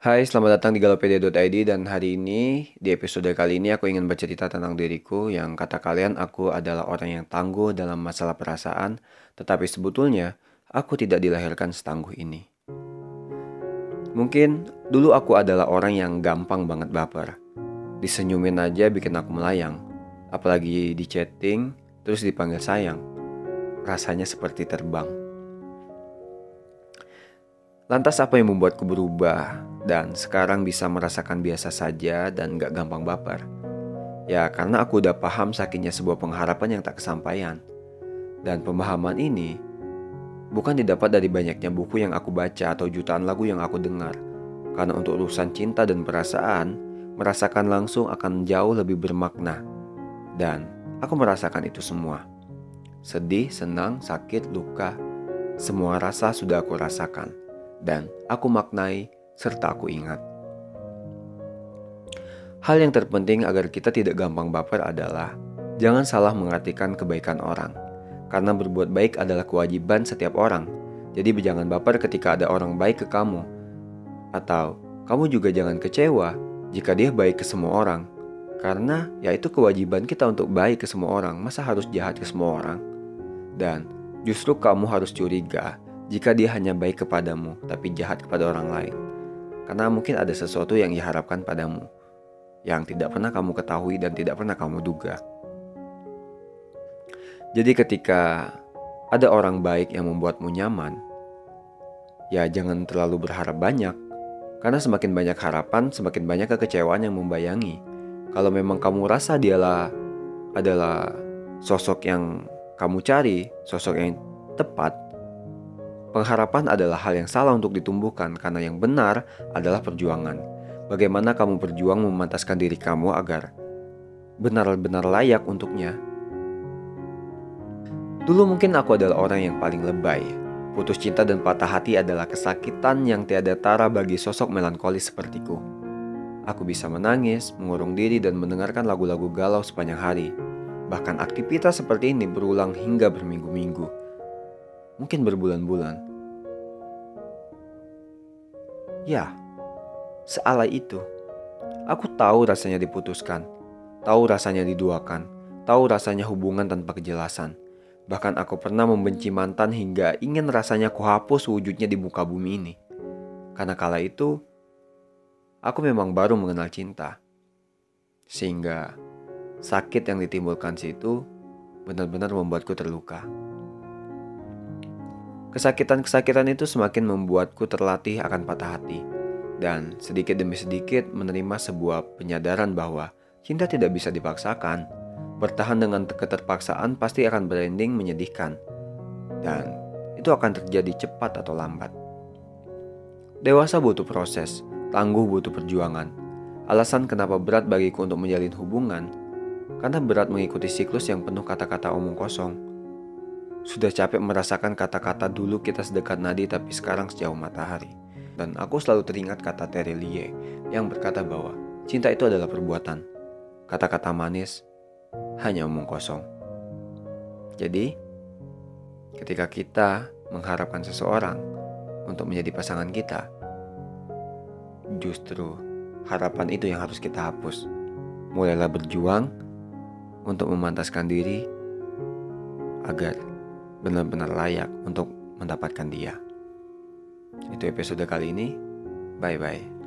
Hai, selamat datang di Galopedia.id dan hari ini, di episode kali ini aku ingin bercerita tentang diriku yang kata kalian aku adalah orang yang tangguh dalam masalah perasaan, tetapi sebetulnya aku tidak dilahirkan setangguh ini. Mungkin dulu aku adalah orang yang gampang banget baper. Disenyumin aja bikin aku melayang, apalagi di chatting terus dipanggil sayang. Rasanya seperti terbang. Lantas apa yang membuatku berubah dan sekarang bisa merasakan biasa saja dan gak gampang baper? Ya karena aku udah paham sakitnya sebuah pengharapan yang tak kesampaian. Dan pemahaman ini bukan didapat dari banyaknya buku yang aku baca atau jutaan lagu yang aku dengar. Karena untuk urusan cinta dan perasaan, merasakan langsung akan jauh lebih bermakna. Dan aku merasakan itu semua. Sedih, senang, sakit, luka, semua rasa sudah aku rasakan. Dan aku maknai serta aku ingat. Hal yang terpenting agar kita tidak gampang baper adalah jangan salah mengartikan kebaikan orang. Karena berbuat baik adalah kewajiban setiap orang. Jadi jangan baper ketika ada orang baik ke kamu. Atau kamu juga jangan kecewa jika dia baik ke semua orang. Karena ya itu kewajiban kita untuk baik ke semua orang. Masa harus jahat ke semua orang? Dan justru kamu harus curiga jika dia hanya baik kepadamu tapi jahat kepada orang lain. Karena mungkin ada sesuatu yang diharapkan padamu yang tidak pernah kamu ketahui dan tidak pernah kamu duga. Jadi ketika ada orang baik yang membuatmu nyaman, ya jangan terlalu berharap banyak. Karena semakin banyak harapan, semakin banyak kekecewaan yang membayangi. Kalau memang kamu rasa dialah adalah sosok yang kamu cari, sosok yang tepat, pengharapan adalah hal yang salah untuk ditumbuhkan karena yang benar adalah perjuangan. Bagaimana kamu berjuang memantaskan diri kamu agar benar-benar layak untuknya. Dulu mungkin aku adalah orang yang paling lebay. Putus cinta dan patah hati adalah kesakitan yang tiada tara bagi sosok melankolis sepertiku. Aku bisa menangis, mengurung diri dan mendengarkan lagu-lagu galau sepanjang hari. Bahkan aktivitas seperti ini berulang hingga berminggu-minggu. Mungkin berbulan-bulan. Ya, sealai itu. Aku tahu rasanya diputuskan, tahu rasanya diduakan, tahu rasanya hubungan tanpa kejelasan. Bahkan aku pernah membenci mantan hingga ingin rasanya kuhapus wujudnya di muka bumi ini. Karena kala itu, aku memang baru mengenal cinta. Sehingga sakit yang ditimbulkan situ benar-benar membuatku terluka. Kesakitan-kesakitan itu semakin membuatku terlatih akan patah hati. Dan sedikit demi sedikit menerima sebuah penyadaran bahwa cinta tidak bisa dipaksakan. Bertahan dengan keterpaksaan pasti akan berending menyedihkan. Dan itu akan terjadi cepat atau lambat. Dewasa butuh proses, tangguh butuh perjuangan. Alasan kenapa berat bagiku untuk menjalin hubungan, karena berat mengikuti siklus yang penuh kata-kata omong kosong. Sudah capek merasakan kata-kata dulu kita sedekat nadi tapi sekarang sejauh matahari. Dan aku selalu teringat kata Terelie yang berkata bahwa cinta itu adalah perbuatan. Kata-kata manis hanya omong kosong. Jadi, ketika kita mengharapkan seseorang untuk menjadi pasangan kita, justru harapan itu yang harus kita hapus. Mulailah berjuang untuk memantaskan diri agar benar-benar layak untuk mendapatkan dia. Itu episode kali ini. Bye-bye.